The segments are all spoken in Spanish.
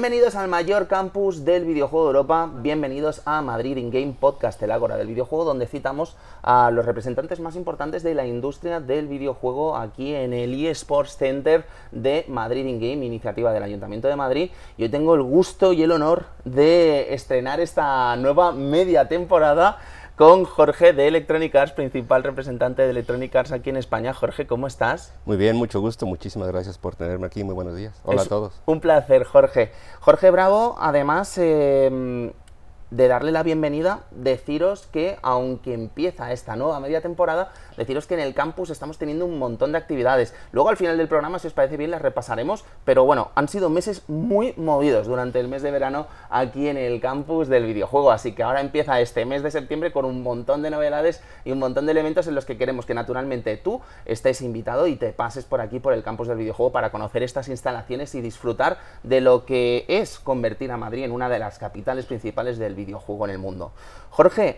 Bienvenidos al mayor campus del videojuego de Europa, bienvenidos a Madrid In Game Podcast, el ágora del videojuego, donde citamos a los representantes más importantes de la industria del videojuego aquí en el eSports Center de Madrid In Game, iniciativa del Ayuntamiento de Madrid. Y hoy tengo el gusto y el honor de estrenar esta nueva media temporada con Jorge de Electronic Arts, principal representante de Electronic Arts aquí en España. Jorge, ¿cómo estás? Muy bien, mucho gusto, muchísimas gracias por tenerme aquí, muy buenos días. Hola a todos. Un placer, Jorge. Jorge Bravo, además de darle la bienvenida, deciros que, aunque empieza esta nueva media temporada, deciros que en el campus estamos teniendo un montón de actividades. Luego al final del programa, si os parece bien, las repasaremos, pero bueno, han sido meses muy movidos durante el mes de verano aquí en el campus del videojuego, así que ahora empieza este mes de septiembre con un montón de novedades y un montón de elementos en los que queremos que naturalmente tú estés invitado y te pases por aquí, por el campus del videojuego, para conocer estas instalaciones y disfrutar de lo que es convertir a Madrid en una de las capitales principales del videojuego en el mundo. Jorge,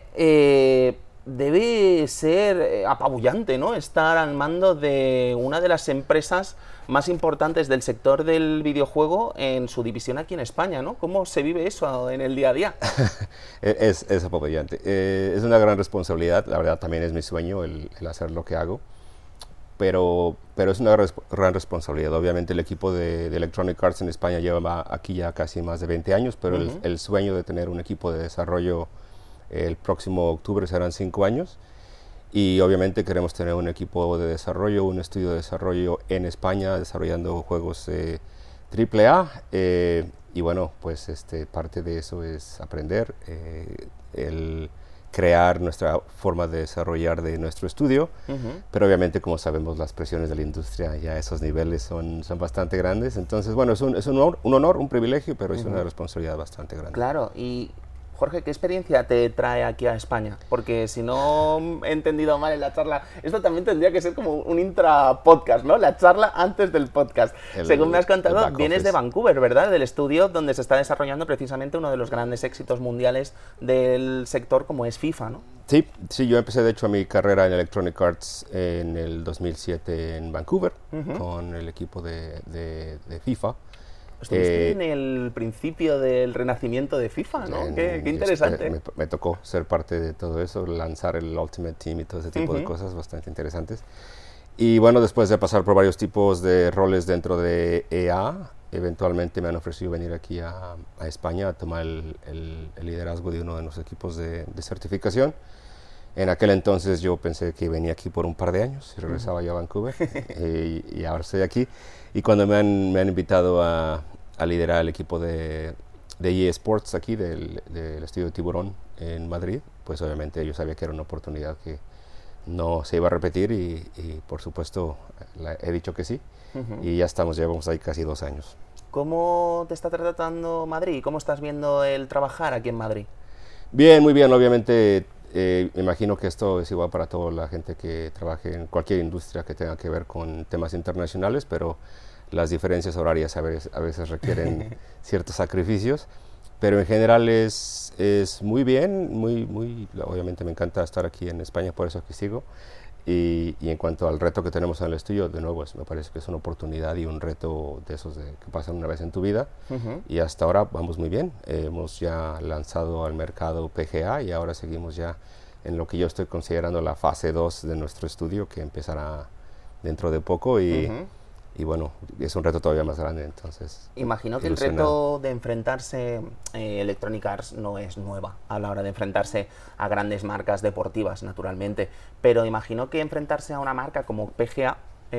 debe ser apabullante, ¿no?, estar al mando de una de las empresas más importantes del sector del videojuego en su división aquí en España, ¿no? ¿Cómo se vive eso en el día a día? Es apabullante. Es una gran responsabilidad, la verdad también es mi sueño el hacer lo que hago, pero es una gran responsabilidad. Obviamente el equipo de Electronic Arts en España lleva aquí ya casi más de 20 años, pero el sueño de tener un equipo de desarrollo el próximo octubre serán 5 años, y obviamente queremos tener un equipo de desarrollo, un estudio de desarrollo en España desarrollando juegos AAA, y bueno, pues parte de eso es aprender, el crear nuestra forma de desarrollar de nuestro estudio, pero obviamente, como sabemos, las presiones de la industria ya a esos niveles son bastante grandes. Entonces, bueno, es un honor, un privilegio, pero es una responsabilidad bastante grande. Claro. Y Jorge, ¿qué experiencia te trae aquí a España? Porque si no he entendido mal en la charla, esto también tendría que ser como un intra-podcast, ¿no? La charla antes del podcast. Según me has contado, vienes de Vancouver, ¿verdad? Del estudio donde se está desarrollando precisamente uno de los grandes éxitos mundiales del sector, como es FIFA, ¿no? Sí, yo empecé de hecho mi carrera en Electronic Arts en el 2007 en Vancouver, con el equipo de FIFA. Estuviste en el principio del renacimiento de FIFA, ¿no? Qué interesante. Me tocó ser parte de todo eso, lanzar el Ultimate Team y todo ese tipo de cosas bastante interesantes. Y bueno, después de pasar por varios tipos de roles dentro de EA, eventualmente me han ofrecido venir aquí a España a tomar el liderazgo de uno de los equipos de certificación. En aquel entonces yo pensé que venía aquí por un par de años y regresaba yo a Vancouver, y ahora estoy aquí. Y cuando me han invitado a liderar el equipo de eSports aquí, del estudio Tiburón en Madrid, pues obviamente yo sabía que era una oportunidad que no se iba a repetir, y por supuesto he dicho que sí, y ya llevamos ahí casi 2 años. ¿Cómo te está tratando Madrid? ¿Cómo estás viendo el trabajar aquí en Madrid? Bien, muy bien, obviamente. Me imagino que esto es igual para toda la gente que trabaje en cualquier industria que tenga que ver con temas internacionales, pero las diferencias horarias a veces requieren ciertos sacrificios, pero en general es muy bien, obviamente me encanta estar aquí en España, por eso aquí sigo. Y en cuanto al reto que tenemos en el estudio, de nuevo, me parece que es una oportunidad y un reto de esos que pasan una vez en tu vida. Y hasta ahora vamos muy bien. Hemos ya lanzado al mercado PGA y ahora seguimos ya en lo que yo estoy considerando la fase 2 de nuestro estudio, que empezará dentro de poco. Y bueno, es un reto todavía más grande, entonces... Imagino que el reto de enfrentarse Electronic Arts no es nueva a la hora de enfrentarse a grandes marcas deportivas, naturalmente, pero imagino que enfrentarse a una marca como PGA,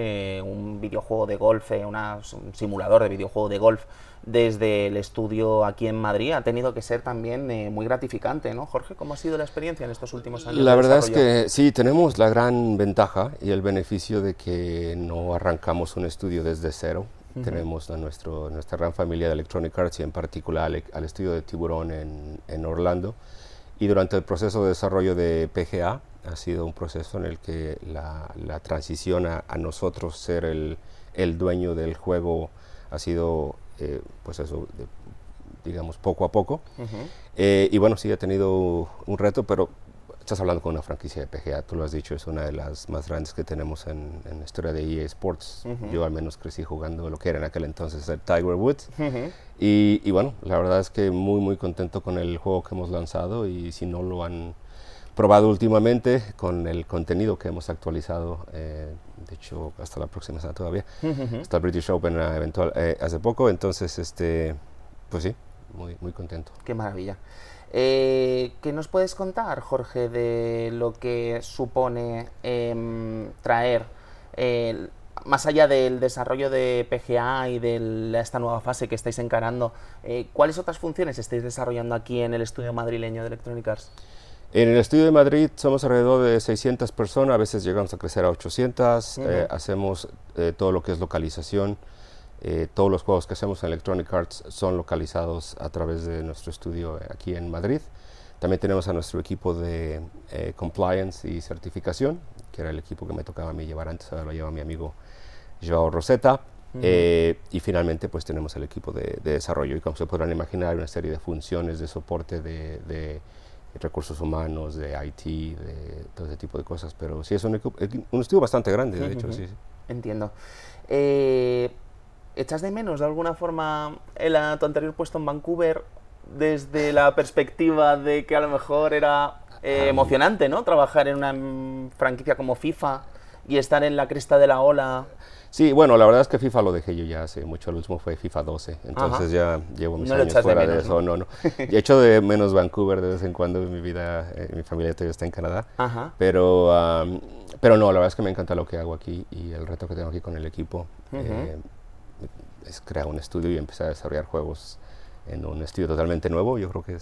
un videojuego de golf, un simulador de videojuego de golf desde el estudio aquí en Madrid, ha tenido que ser también muy gratificante, ¿no, Jorge? ¿Cómo ha sido la experiencia en estos últimos años? La verdad es que sí, tenemos la gran ventaja y el beneficio de que no arrancamos un estudio desde cero. Tenemos a nuestra gran familia de Electronic Arts, y en particular al estudio de Tiburón en Orlando. Y durante el proceso de desarrollo de PGA ha sido un proceso en el que la transición a nosotros ser el dueño del juego ha sido, pues eso, digamos, poco a poco. Y bueno, sí ha tenido un reto, pero estás hablando con una franquicia de PGA, tú lo has dicho, es una de las más grandes que tenemos en la historia de EA Sports. Yo al menos crecí jugando lo que era en aquel entonces el Tiger Woods. Y bueno, la verdad es que muy muy contento con el juego que hemos lanzado, y si no lo han probado últimamente, con el contenido que hemos actualizado, de hecho hasta la próxima semana todavía, hasta el British Open eventual, hace poco, entonces pues sí, muy, muy contento. Qué maravilla. ¿Qué nos puedes contar, Jorge, de lo que supone traer, más allá del desarrollo de PGA y de esta nueva fase que estáis encarando, cuáles otras funciones estáis desarrollando aquí en el estudio madrileño de Electronic Arts? En el estudio de Madrid somos alrededor de 600 personas, a veces llegamos a crecer a 800, hacemos todo lo que es localización. Todos los juegos que hacemos en Electronic Arts son localizados a través de nuestro estudio aquí en Madrid. También tenemos a nuestro equipo de compliance y certificación, que era el equipo que me tocaba a mí llevar antes, ahora lo lleva mi amigo Joao Rosetta. Y finalmente pues tenemos el equipo de desarrollo, y como se podrán imaginar hay una serie de funciones de soporte de recursos humanos, de IT, de todo ese tipo de cosas, pero sí es un estudio bastante grande, de hecho. Sí. Entiendo. ¿Echas de menos de alguna forma tu anterior puesto en Vancouver desde la perspectiva de que a lo mejor era emocionante, ¿no? Trabajar en una franquicia como FIFA y estar en la cresta de la ola? Sí, bueno, la verdad es que FIFA lo dejé yo ya hace mucho, el último fue FIFA 12, entonces ya llevo mis años fuera de eso. No. Y echo de menos Vancouver de vez en cuando en mi vida, mi familia todavía está en Canadá, pero no, la verdad es que me encanta lo que hago aquí, y el reto que tengo aquí con el equipo es crear un estudio y empezar a desarrollar juegos en un estudio totalmente nuevo. Yo creo que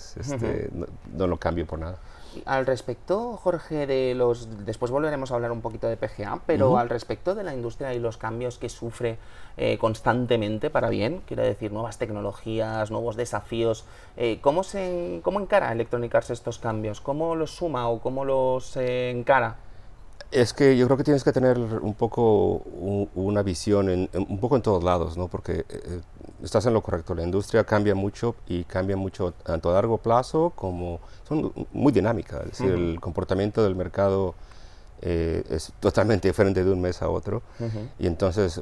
no lo cambio por nada. Al respecto, Jorge, después volveremos a hablar un poquito de PGA, pero al respecto de la industria y los cambios que sufre constantemente para bien, quiero decir, nuevas tecnologías, nuevos desafíos, ¿cómo encara Electronic Arts estos cambios? ¿Cómo los suma o cómo los encara? Es que yo creo que tienes que tener un poco una visión un poco en todos lados, ¿no? Porque estás en lo correcto, la industria cambia mucho, y cambia mucho tanto a largo plazo como son muy dinámicas, es decir, el comportamiento del mercado es totalmente diferente de un mes a otro, y entonces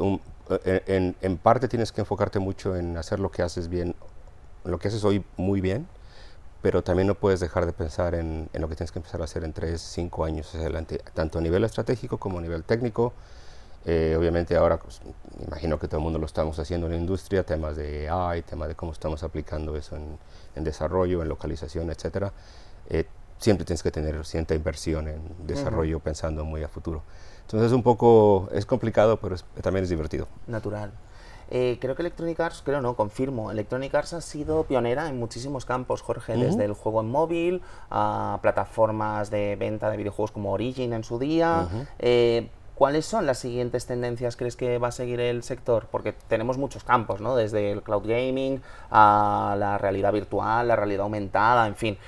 en parte tienes que enfocarte mucho en hacer lo que haces bien, lo que haces hoy muy bien, pero también no puedes dejar de pensar en lo que tienes que empezar a hacer en 3, 5 años hacia adelante, tanto a nivel estratégico como a nivel técnico. Obviamente ahora pues, me imagino que todo el mundo lo estamos haciendo en la industria, temas de AI, temas de cómo estamos aplicando eso en desarrollo, en localización, etcétera. Siempre tienes que tener cierta inversión en desarrollo pensando muy a futuro. Entonces es complicado, pero también es divertido. Natural. Creo que Electronic Arts, confirmo, Electronic Arts ha sido pionera en muchísimos campos, Jorge, desde el juego en móvil a plataformas de venta de videojuegos como Origin en su día. ¿Cuáles son las siguientes tendencias crees que va a seguir el sector? Porque tenemos muchos campos, ¿no? Desde el cloud gaming a la realidad virtual, la realidad aumentada, en fin.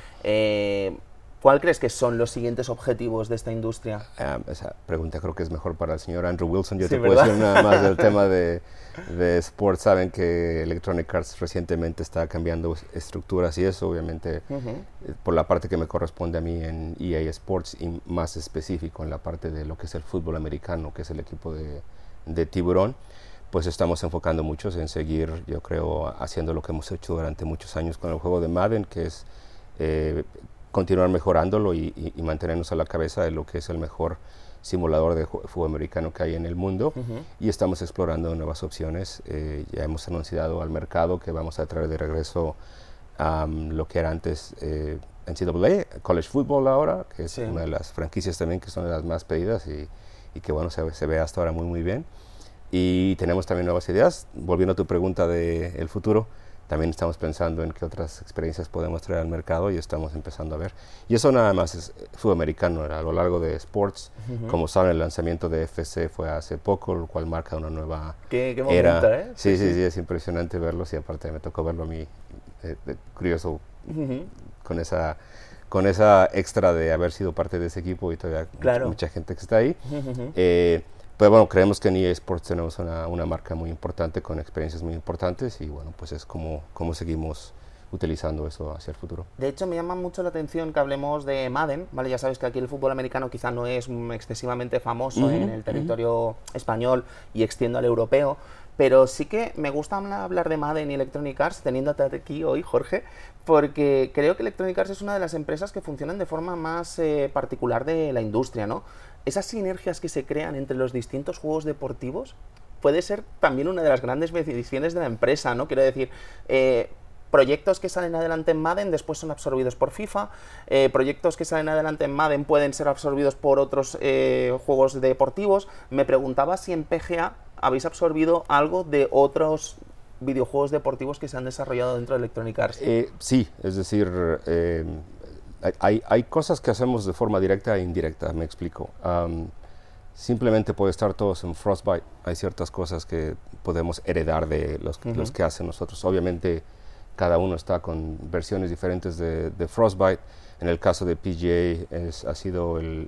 ¿Cuál crees que son los siguientes objetivos de esta industria? Esa pregunta creo que es mejor para el señor Andrew Wilson. Yo sí, te ¿verdad? puedo decir nada más del tema de sports. Saben que Electronic Arts recientemente está cambiando estructuras, y eso obviamente por la parte que me corresponde a mí en EA Sports, y más específico en la parte de lo que es el fútbol americano, que es el equipo de Tiburón, pues estamos enfocando mucho en seguir, yo creo, haciendo lo que hemos hecho durante muchos años con el juego de Madden, que es continuar mejorándolo y mantenernos a la cabeza de lo que es el mejor simulador de fútbol americano que hay en el mundo, y estamos explorando nuevas opciones. Ya hemos anunciado al mercado que vamos a traer de regreso lo que era antes NCAA, College Football ahora, que es una de las franquicias también que son de las más pedidas, y que bueno, se ve hasta ahora muy muy bien. Y tenemos también nuevas ideas. Volviendo a tu pregunta del futuro, también estamos pensando en qué otras experiencias podemos traer al mercado, y estamos empezando a ver. Y eso nada más es fútbol americano, a lo largo de sports. Como saben, el lanzamiento de FC fue hace poco, lo cual marca una nueva ¿Qué era. momento, ¿eh? Sí, es impresionante verlos, y aparte me tocó verlo a mí, curioso, con esa extra de haber sido parte de ese equipo, y todavía mucha gente que está ahí. Pues bueno, creemos que en EA Sports tenemos una marca muy importante con experiencias muy importantes, y bueno, pues es como seguimos utilizando eso hacia el futuro. De hecho, me llama mucho la atención que hablemos de Madden, ¿vale? Ya sabes que aquí el fútbol americano quizá no es excesivamente famoso en el territorio español y extiendo al europeo, pero sí que me gusta hablar de Madden y Electronic Arts teniéndote aquí hoy, Jorge, porque creo que Electronic Arts es una de las empresas que funcionan de forma más particular de la industria, ¿no? Esas sinergias que se crean entre los distintos juegos deportivos puede ser también una de las grandes bendiciones de la empresa, ¿no? Quiero decir, proyectos que salen adelante en Madden después son absorbidos por FIFA, proyectos que salen adelante en Madden pueden ser absorbidos por otros juegos deportivos. Me preguntaba si en PGA habéis absorbido algo de otros videojuegos deportivos que se han desarrollado dentro de Electronic Arts. Sí, es decir, hay cosas que hacemos de forma directa e indirecta, me explico. Simplemente puede estar todos en Frostbite. Hay ciertas cosas que podemos heredar de los que hacen nosotros. Obviamente, cada uno está con versiones diferentes de Frostbite. En el caso de PGA, ha sido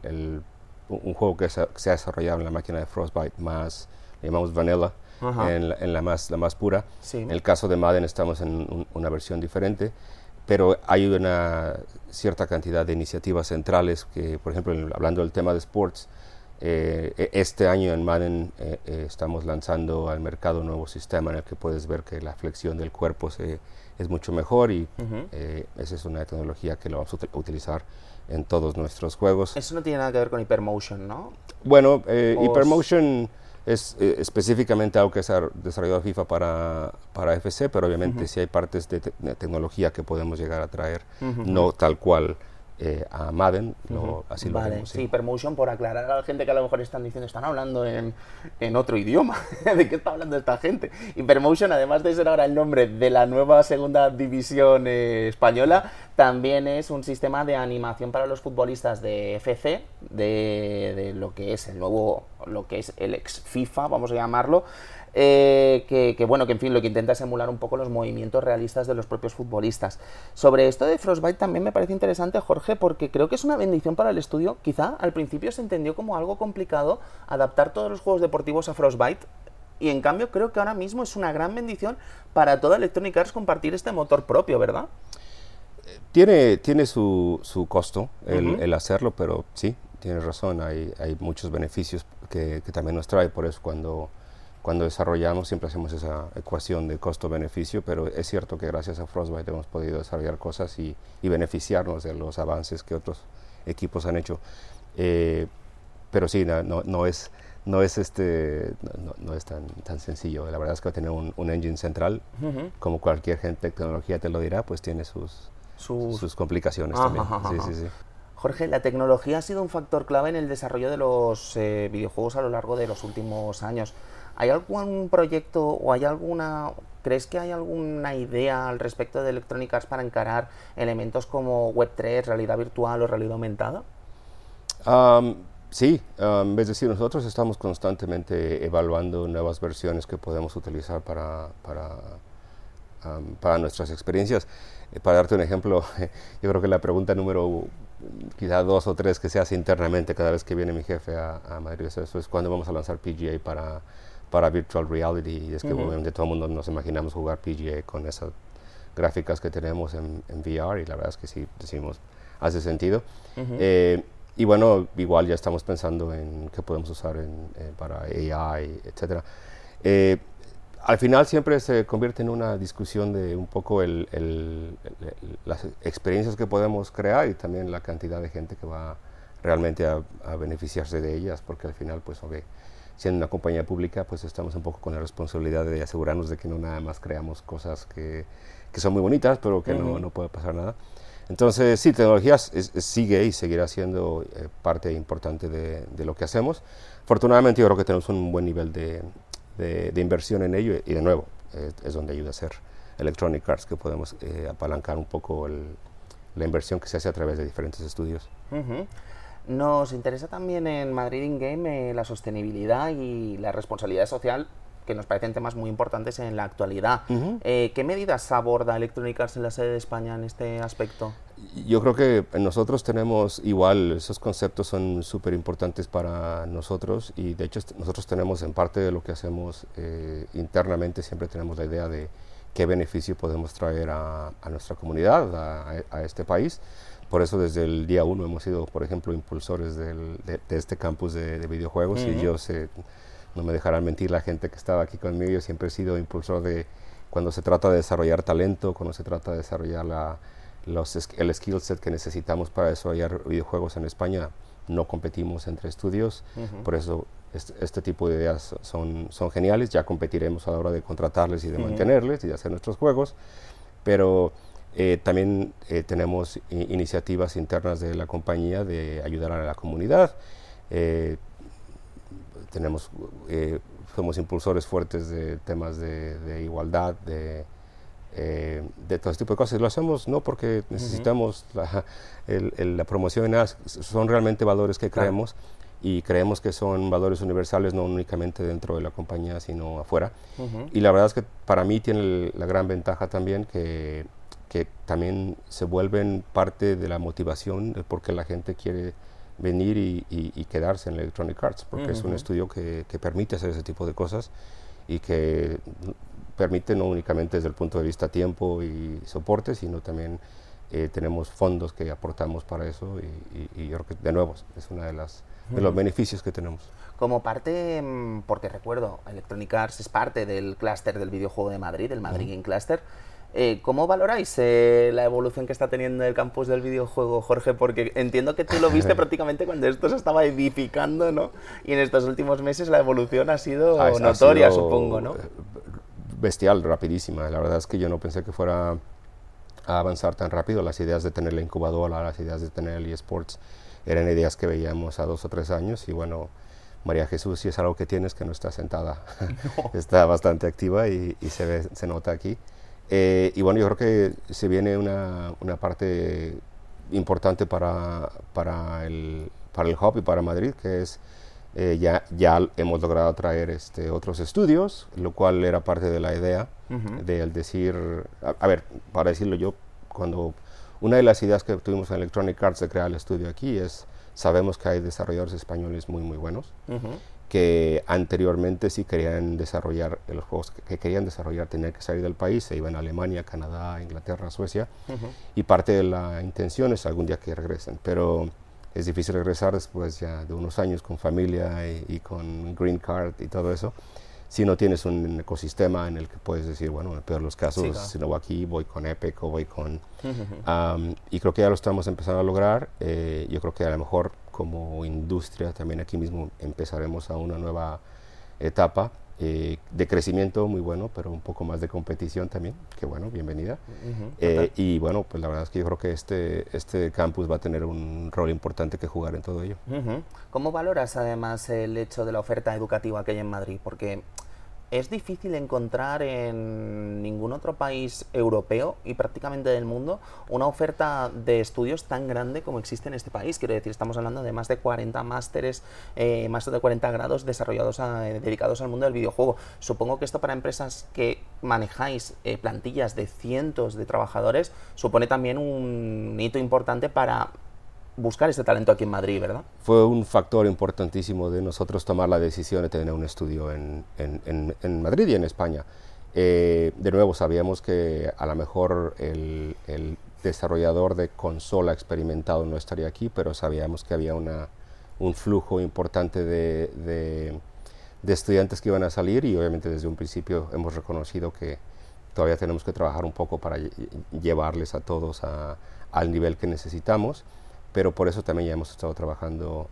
un juego que se ha desarrollado en la máquina de Frostbite más, le llamamos Vanilla, en la más pura. Sí. En el caso de Madden estamos en una versión diferente, pero hay una cierta cantidad de iniciativas centrales que, por ejemplo, hablando del tema de sports, este año en Madden estamos lanzando al mercado un nuevo sistema en el que puedes ver que la flexión del cuerpo es mucho mejor y esa es una tecnología que lo vamos a utilizar en todos nuestros juegos. Eso no tiene nada que ver con Hypermotion, ¿no? Bueno, Hypermotion es específicamente algo que se ha desarrollado FIFA para FC, pero obviamente sí hay partes de tecnología que podemos llegar a traer, no tal cual a Madden, así lo haremos. Sí, Hypermotion, por aclarar a la gente que a lo mejor están diciendo, están hablando en otro idioma. ¿De qué está hablando esta gente? Hypermotion, además de ser ahora el nombre de la nueva segunda división española, también es un sistema de animación para los futbolistas de FC, de lo que es el ex FIFA, vamos a llamarlo. Bueno, que en fin, lo que intenta es emular un poco los movimientos realistas de los propios futbolistas. Sobre esto de Frostbite también me parece interesante, Jorge, porque creo que es una bendición para el estudio. Quizá al principio se entendió como algo complicado adaptar todos los juegos deportivos a Frostbite, y en cambio creo que ahora mismo es una gran bendición para toda Electronic Arts compartir este motor propio, ¿verdad? Tiene su costo el hacerlo, pero sí, tienes razón, hay muchos beneficios que también nos trae, por eso cuando desarrollamos siempre hacemos esa ecuación de costo-beneficio, pero es cierto que gracias a Frostbite hemos podido desarrollar cosas y beneficiarnos de los avances que otros equipos han hecho. Pero sí, no es tan sencillo. La verdad es que tener un engine central, como cualquier gente de tecnología te lo dirá, pues tiene sus complicaciones también. Sí. Jorge, la tecnología ha sido un factor clave en el desarrollo de los videojuegos a lo largo de los últimos años. ¿Hay algún proyecto o crees que hay alguna idea al respecto de Electronic Arts para encarar elementos como Web3, realidad virtual o realidad aumentada? Sí, es decir, nosotros estamos constantemente evaluando nuevas versiones que podemos utilizar para nuestras experiencias. Para darte un ejemplo, yo creo que la pregunta número quizá 2 o 3 que se hace internamente cada vez que viene mi jefe a Madrid es cuándo vamos a lanzar PGA para Virtual Reality. Y es que obviamente todo el mundo nos imaginamos jugar PGA con esas gráficas que tenemos en VR, y la verdad es que sí, decimos, hace sentido. Y bueno, igual ya estamos pensando en qué podemos usar para AI, etcétera. Al final siempre se convierte en una discusión de un poco las experiencias que podemos crear y también la cantidad de gente que va realmente a beneficiarse de ellas, porque al final, pues, siendo una compañía pública, pues estamos un poco con la responsabilidad de asegurarnos de que no nada más creamos cosas que son muy bonitas, pero que no puede pasar nada. Entonces, sí, tecnología sigue y seguirá siendo parte importante de lo que hacemos. Afortunadamente, yo creo que tenemos un buen nivel de inversión en ello, y de nuevo, es donde ayuda a ser Electronic Arts, que podemos apalancar un poco la inversión que se hace a través de diferentes estudios. Nos interesa también en Madrid In Game la sostenibilidad y la responsabilidad social, que nos parecen temas muy importantes en la actualidad. ¿Qué medidas aborda Electronic Arts en la sede de España en este aspecto? Yo creo que nosotros tenemos igual, esos conceptos son súper importantes para nosotros, y de hecho nosotros tenemos, en parte de lo que hacemos internamente, siempre tenemos la idea de qué beneficio podemos traer a nuestra comunidad, a este país. Por eso desde el día 1 hemos sido, por ejemplo, impulsores de este campus de videojuegos. Y yo no me dejarán mentir la gente que estaba aquí conmigo, yo siempre he sido impulsor de cuando se trata de desarrollar talento, cuando se trata de desarrollar el skill set que necesitamos para desarrollar videojuegos en España. No competimos entre estudios, por eso este tipo de ideas son geniales. Ya competiremos a la hora de contratarles y de mantenerles y de hacer nuestros juegos, pero también tenemos iniciativas internas de la compañía de ayudar a la comunidad. Somos impulsores fuertes de temas de igualdad, de todo este tipo de cosas. Lo hacemos no porque necesitamos la promoción, son realmente valores que creemos, y creemos que son valores universales, no únicamente dentro de la compañía, sino afuera. Y la verdad es que para mí tiene la gran ventaja también que también se vuelven parte de la motivación de por qué la gente quiere venir y quedarse en Electronic Arts, porque es un estudio que permite hacer ese tipo de cosas y que permite no únicamente desde el punto de vista tiempo y soporte, sino también tenemos fondos que aportamos para eso, y yo creo que de nuevo es una de los beneficios que tenemos. Como parte, porque recuerdo, Electronic Arts es parte del clúster del videojuego de Madrid, el Madrid Game Cluster. ¿Cómo valoráis la evolución que está teniendo el campus del videojuego, Jorge? Porque entiendo que tú lo viste prácticamente cuando esto se estaba edificando, ¿no? Y en estos últimos meses la evolución ha sido notoria, supongo, ¿no? Bestial, rapidísima. La verdad es que yo no pensé que fuera a avanzar tan rápido. Las ideas de tener la incubadora, las ideas de tener el eSports, eran ideas que veíamos a 2 o 3 años, y bueno, María Jesús, si es algo que tienes, que no está sentada, está bastante activa y se nota aquí. Y bueno, yo creo que se viene una parte importante para el hub y para Madrid, que es ya hemos logrado traer otros estudios, lo cual era parte de la idea de decir, a ver, para decirlo yo, cuando una de las ideas que tuvimos en Electronic Arts de crear el estudio aquí sabemos que hay desarrolladores españoles muy muy buenos, que anteriormente si querían desarrollar los juegos que querían desarrollar tenían que salir del país, se iban a Alemania, Canadá, Inglaterra, Suecia, y parte de la intención es algún día que regresen, pero es difícil regresar después ya de unos años con familia y con green card y todo eso, si no tienes un ecosistema en el que puedes decir, bueno, en el peor de los casos, claro, si no voy aquí, voy con Epic o voy con... y creo que ya lo estamos empezando a lograr. Yo creo que a lo mejor como industria también aquí mismo empezaremos a una nueva etapa de crecimiento muy bueno, pero un poco más de competición también, que bueno, bienvenida. Y bueno, pues la verdad es que yo creo que este campus va a tener un rol importante que jugar en todo ello. ¿Cómo valoras además el hecho de la oferta educativa que hay en Madrid? Porque es difícil encontrar en ningún otro país europeo y prácticamente del mundo una oferta de estudios tan grande como existe en este país. Quiero decir, estamos hablando de más de 40 másteres, más de 40 grados desarrollados dedicados al mundo del videojuego. Supongo que esto para empresas que manejáis plantillas de cientos de trabajadores supone también un hito importante para buscar este talento aquí en Madrid, ¿verdad? Fue un factor importantísimo de nosotros tomar la decisión de tener un estudio en Madrid y en España. De nuevo, sabíamos que a lo mejor el desarrollador de consola experimentado no estaría aquí, pero sabíamos que había un flujo importante de estudiantes que iban a salir, y obviamente desde un principio hemos reconocido que todavía tenemos que trabajar un poco para llevarles a todos al nivel que necesitamos. Pero por eso también ya hemos estado trabajando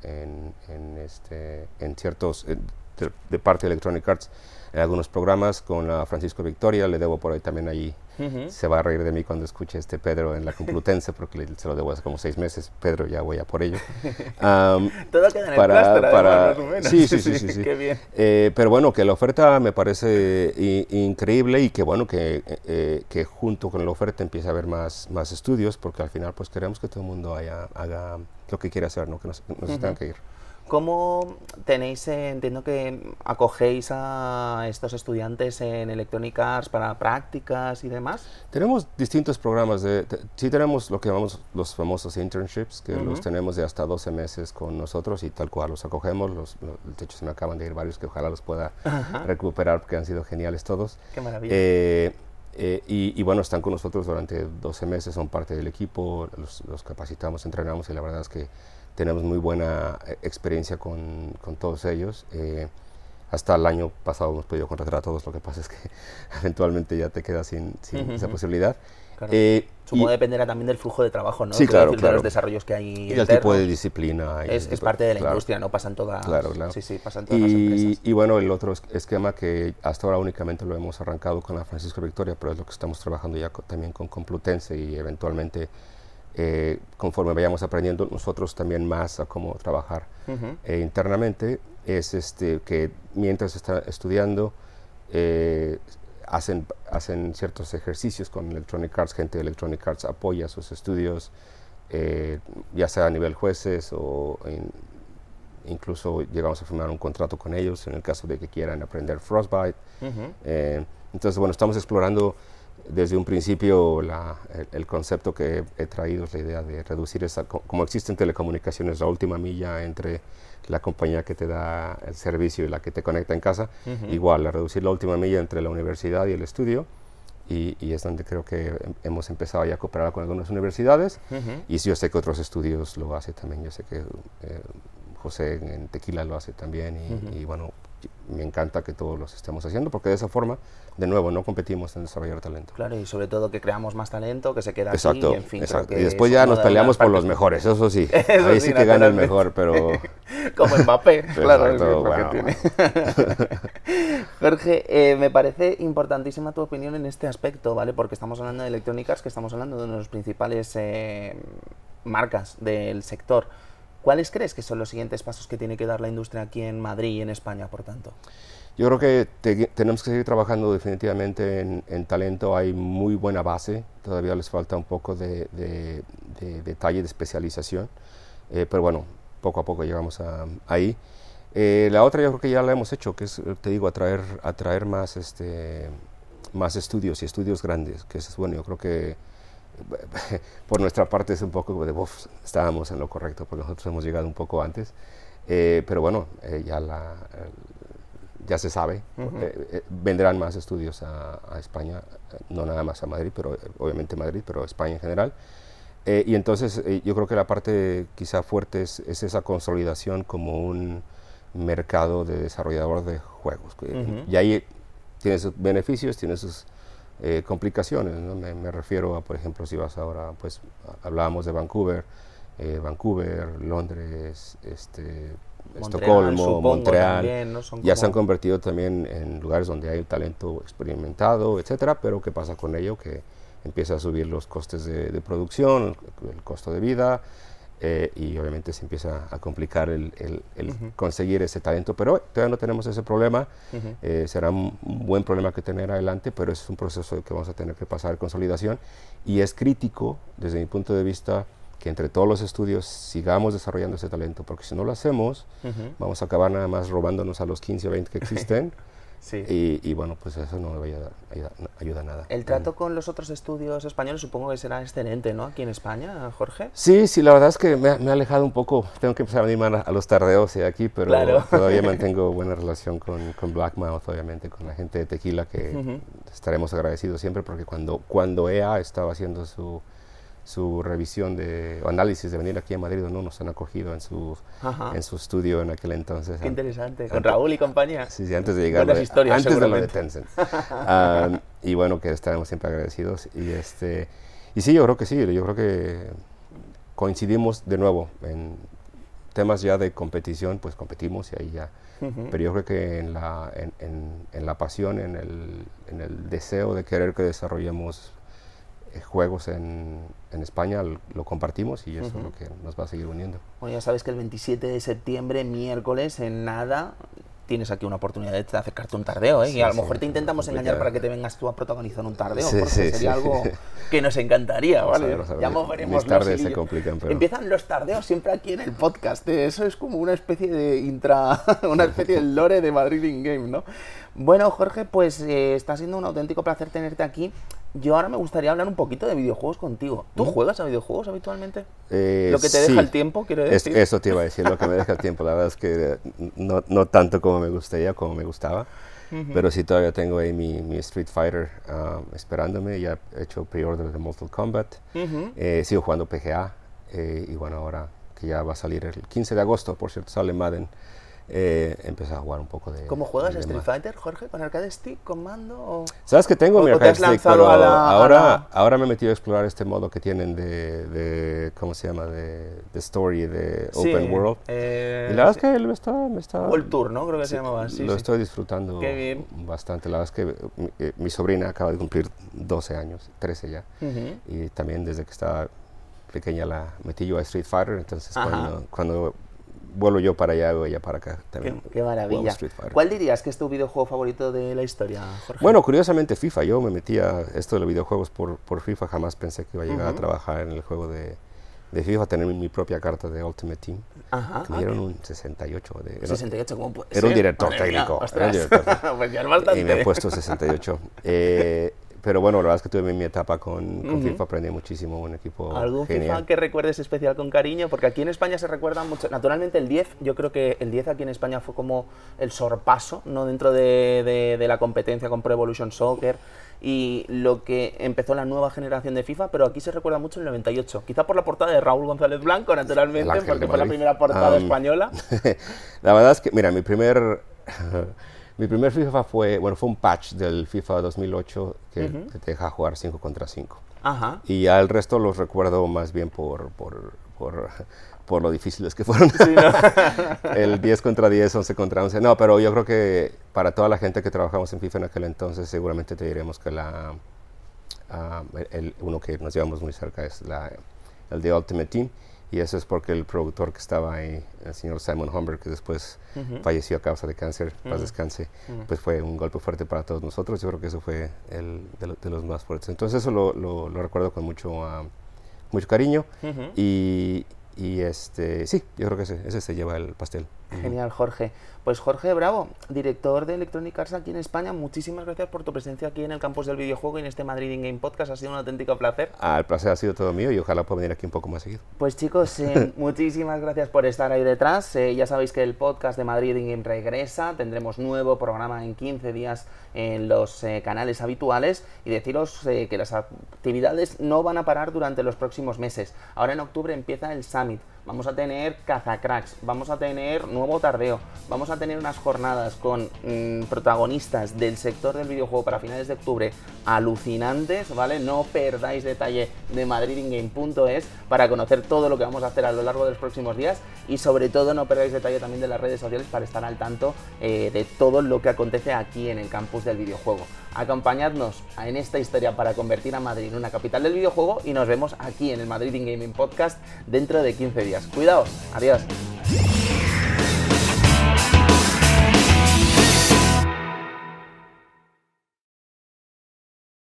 en ciertos, de parte de Electronic Arts, en algunos programas con Francisco Victoria. Le debo por ahí también allí, se va a reír de mí cuando escuche Pedro en la Complutense, porque se lo debo hace como 6 meses. Pedro, ya voy a por ello. Todo queda en el clúster, más o menos. Sí. Qué bien. Pero bueno, que la oferta me parece increíble, y que bueno, que junto con la oferta empiece a haber más estudios, porque al final pues queremos que todo el mundo haga lo que quiere hacer, no que no se tengan que ir. ¿Cómo tenéis, entiendo que acogéis a estos estudiantes en Electronic Arts para prácticas y demás? Tenemos distintos programas. Sí tenemos lo que llamamos los famosos internships, que los tenemos de hasta 12 meses con nosotros, y tal cual los acogemos. De hecho, se me acaban de ir varios que ojalá los pueda recuperar, porque han sido geniales todos. ¡Qué maravilla! Y bueno, están con nosotros durante 12 meses, son parte del equipo, los capacitamos, entrenamos y la verdad es que tenemos muy buena experiencia con todos ellos. Hasta el año pasado hemos podido contratar a todos, lo que pasa es que eventualmente ya te quedas sin esa posibilidad. Claro. Supongo que dependerá también del flujo de trabajo, ¿no? Sí, claro, decir, claro. De los desarrollos que hay y internos. el tipo de disciplina. Es parte de la industria, ¿no? Pasan todas, claro. Sí, pasan todas las empresas. Y bueno, el otro esquema que hasta ahora únicamente lo hemos arrancado con la Francisco Victoria, pero es lo que estamos trabajando ya también con Complutense y eventualmente, conforme vayamos aprendiendo nosotros también más a cómo trabajar internamente, es que mientras está estudiando, hacen ciertos ejercicios con Electronic Arts, gente de Electronic Arts apoya sus estudios, ya sea a nivel jueces o incluso llegamos a firmar un contrato con ellos en el caso de que quieran aprender Frostbite. Entonces, bueno, estamos explorando desde un principio el concepto que he traído, es la idea de reducir como existen telecomunicaciones, la última milla entre la compañía que te da el servicio y la que te conecta en casa, igual, a reducir la última milla entre la universidad y el estudio, y es donde creo que hemos empezado ya a cooperar con algunas universidades, y yo sé que otros estudios lo hacen también, yo sé que José en Tequila lo hace también, y bueno, me encanta que todos los estemos haciendo, porque de esa forma, de nuevo, no competimos en desarrollar talento. Claro, y sobre todo que creamos más talento, que se queda exacto, aquí, y en fin. Exacto. Y después ya nos peleamos por los mejores, eso sí. Eso ahí sí sí que gana el mejor, pero... Como Mbappé, claro, exacto, es bueno. que tiene. Jorge, me parece importantísima tu opinión en este aspecto, ¿vale? Porque estamos hablando de Electronic Arts, que estamos hablando de una de las principales marcas del sector. ¿Cuáles crees que son los siguientes pasos que tiene que dar la industria aquí en Madrid y en España, por tanto? Yo creo que tenemos que seguir trabajando definitivamente en talento. Hay muy buena base, todavía les falta un poco de detalle, de especialización, pero bueno, poco a poco llegamos ahí. La otra yo creo que ya la hemos hecho, que es, te digo, atraer más, más estudios y estudios grandes, que es bueno. Yo creo que por nuestra parte es un poco de, estábamos en lo correcto, porque nosotros hemos llegado un poco antes, pero bueno, ya se sabe, vendrán más estudios a España, no nada más a Madrid, pero obviamente Madrid, pero a España en general. Y entonces yo creo que la parte quizá fuerte es esa consolidación como un mercado de desarrollador de juegos. Y ahí tiene sus beneficios, tiene sus complicaciones, ¿no? Me refiero a, por ejemplo, si vas ahora, pues hablábamos de Vancouver, Londres, Estocolmo, Montreal, también, ¿no? Ya se han convertido también en lugares donde hay talento experimentado, etcétera, pero ¿qué pasa con ello? Que empieza a subir los costes de producción, el costo de vida, y obviamente se empieza a complicar el conseguir ese talento, pero todavía no tenemos ese problema. Será un buen problema que tener adelante, pero es un proceso que vamos a tener que pasar, consolidación, y es crítico desde mi punto de vista que entre todos los estudios sigamos desarrollando ese talento, porque si no lo hacemos, vamos a acabar nada más robándonos a los 15 o 20 que existen. Sí. Y bueno, pues eso no ayuda a nada. El trato con los otros estudios españoles supongo que será excelente, ¿no? Aquí en España, Jorge. Sí, la verdad es que me ha alejado un poco. Tengo que empezar a venir a los tardeos aquí, pero claro, todavía mantengo buena relación con Blackmouth, obviamente, con la gente de Tequila, que estaremos agradecidos siempre, porque cuando EA estaba haciendo su revisión o análisis de venir aquí a Madrid, no nos han acogido en su estudio en aquel entonces. Qué interesante, con Raúl y compañía. Sí, antes de llegar, buenas historias, antes de lo de Tencent. Y bueno, que estaremos siempre agradecidos. Y sí, yo creo que sí, yo creo que coincidimos de nuevo en temas ya de competición, pues competimos y ahí ya. Pero yo creo que en la pasión, en el deseo de querer que desarrollemos juegos en España, lo compartimos, y eso es lo que nos va a seguir uniendo. Bueno, ya sabes que el 27 de septiembre, miércoles, en nada, tienes aquí una oportunidad de acercarte a un tardeo, ¿eh? Sí, y a lo mejor te intentamos engañar para que te vengas tú a protagonizar un tardeo, porque sería algo que nos encantaría, ¿vale? Vamos a ver. Ya veremos. Mis tardes se complican, pero... Empiezan los tardeos siempre aquí en el podcast, ¿eh? Eso es como una especie de una especie de lore de Madrid In Game, ¿no? Bueno, Jorge, pues está siendo un auténtico placer tenerte aquí. Yo ahora me gustaría hablar un poquito de videojuegos contigo. ¿Tú juegas a videojuegos habitualmente? Lo que te deja el tiempo, quiero decir. Eso te iba a decir, lo que me deja el tiempo. La verdad es que no tanto como me gustaría, como me gustaba. pero sí todavía tengo ahí mi Street Fighter esperándome. Ya he hecho pre-order de Mortal Kombat. Sigo jugando PGA. Y bueno, ahora que ya va a salir el 15 de agosto, por cierto, sale Madden. Empecé a jugar un poco de... ¿Cómo juegas Street Fighter, Jorge? ¿Con arcade stick, con mando? O... ¿Sabes que tengo mi arcade stick? Pero ahora me he metido a explorar este modo que tienen de ¿cómo se llama? De story, de Open World. Y la verdad es que me está... World Tour, ¿no? Creo que se llamaba. Lo estoy disfrutando bastante. La verdad es que mi sobrina acaba de cumplir 12 años, 13 ya. Y también desde que estaba pequeña la metí yo a Street Fighter. Entonces cuando vuelo yo para allá o ella para acá también. Qué maravilla. ¿Cuál dirías que es tu videojuego favorito de la historia, Jorge? Bueno, curiosamente FIFA. Yo me metí a esto de los videojuegos por FIFA. Jamás pensé que iba a llegar a trabajar en el juego de FIFA, tener mi propia carta de Ultimate Team. Que me dieron un 68. 68, ¿cómo puede ser? Era un director técnico. Pues ya es bastante. Y me he puesto 68. Pero bueno, la verdad es que tuve mi etapa con FIFA, aprendí muchísimo, un equipo ¿Algún genial. FIFA que recuerdes especial con cariño? Porque aquí en España se recuerda mucho, naturalmente el 10, yo creo que el 10 aquí en España fue como el sorpaso, ¿no? Dentro de la competencia con Pro Evolution Soccer y lo que empezó la nueva generación de FIFA, pero aquí se recuerda mucho el 98, quizá por la portada de Raúl González Blanco, naturalmente, porque fue la primera portada española. La verdad es que, mira, mi primer FIFA fue un patch del FIFA 2008 que te deja jugar 5 contra 5. Y ya el resto los recuerdo más bien por lo difíciles que fueron. Sí, ¿no? El 10 contra 10, 11 contra 11. No, pero yo creo que para toda la gente que trabajamos en FIFA en aquel entonces, seguramente te diremos que uno que nos llevamos muy cerca es el de Ultimate Team. Y eso es porque el productor que estaba ahí, el señor Simon Humber, que después falleció a causa de cáncer, paz descanse, pues fue un golpe fuerte para todos nosotros. Yo creo que eso fue de los más fuertes. Entonces eso lo recuerdo con mucho cariño. Y sí, yo creo que ese se lleva el pastel. Genial, Jorge. Pues Jorge Bravo, director de Electronic Arts aquí en España, muchísimas gracias por tu presencia aquí en el campus del videojuego y en este Madrid In-Game Podcast. Ha sido un auténtico placer. El placer ha sido todo mío y ojalá pueda venir aquí un poco más seguido. Pues chicos, muchísimas gracias por estar ahí detrás. Ya sabéis que el podcast de Madrid In-Game regresa. Tendremos nuevo programa en 15 días en los canales habituales y deciros que las actividades no van a parar durante los próximos meses. Ahora en octubre empieza el Summit. Vamos a tener cazacracks, vamos a tener nuevo tardeo, vamos a tener unas jornadas con protagonistas del sector del videojuego para finales de octubre alucinantes, ¿vale? No perdáis detalle de madridingame.es para conocer todo lo que vamos a hacer a lo largo de los próximos días y sobre todo no perdáis detalle también de las redes sociales para estar al tanto de todo lo que acontece aquí en el campus del videojuego. Acompañadnos en esta historia para convertir a Madrid en una capital del videojuego y nos vemos aquí en el Madrid In Gaming Podcast dentro de 15 días. Cuidaos, adiós.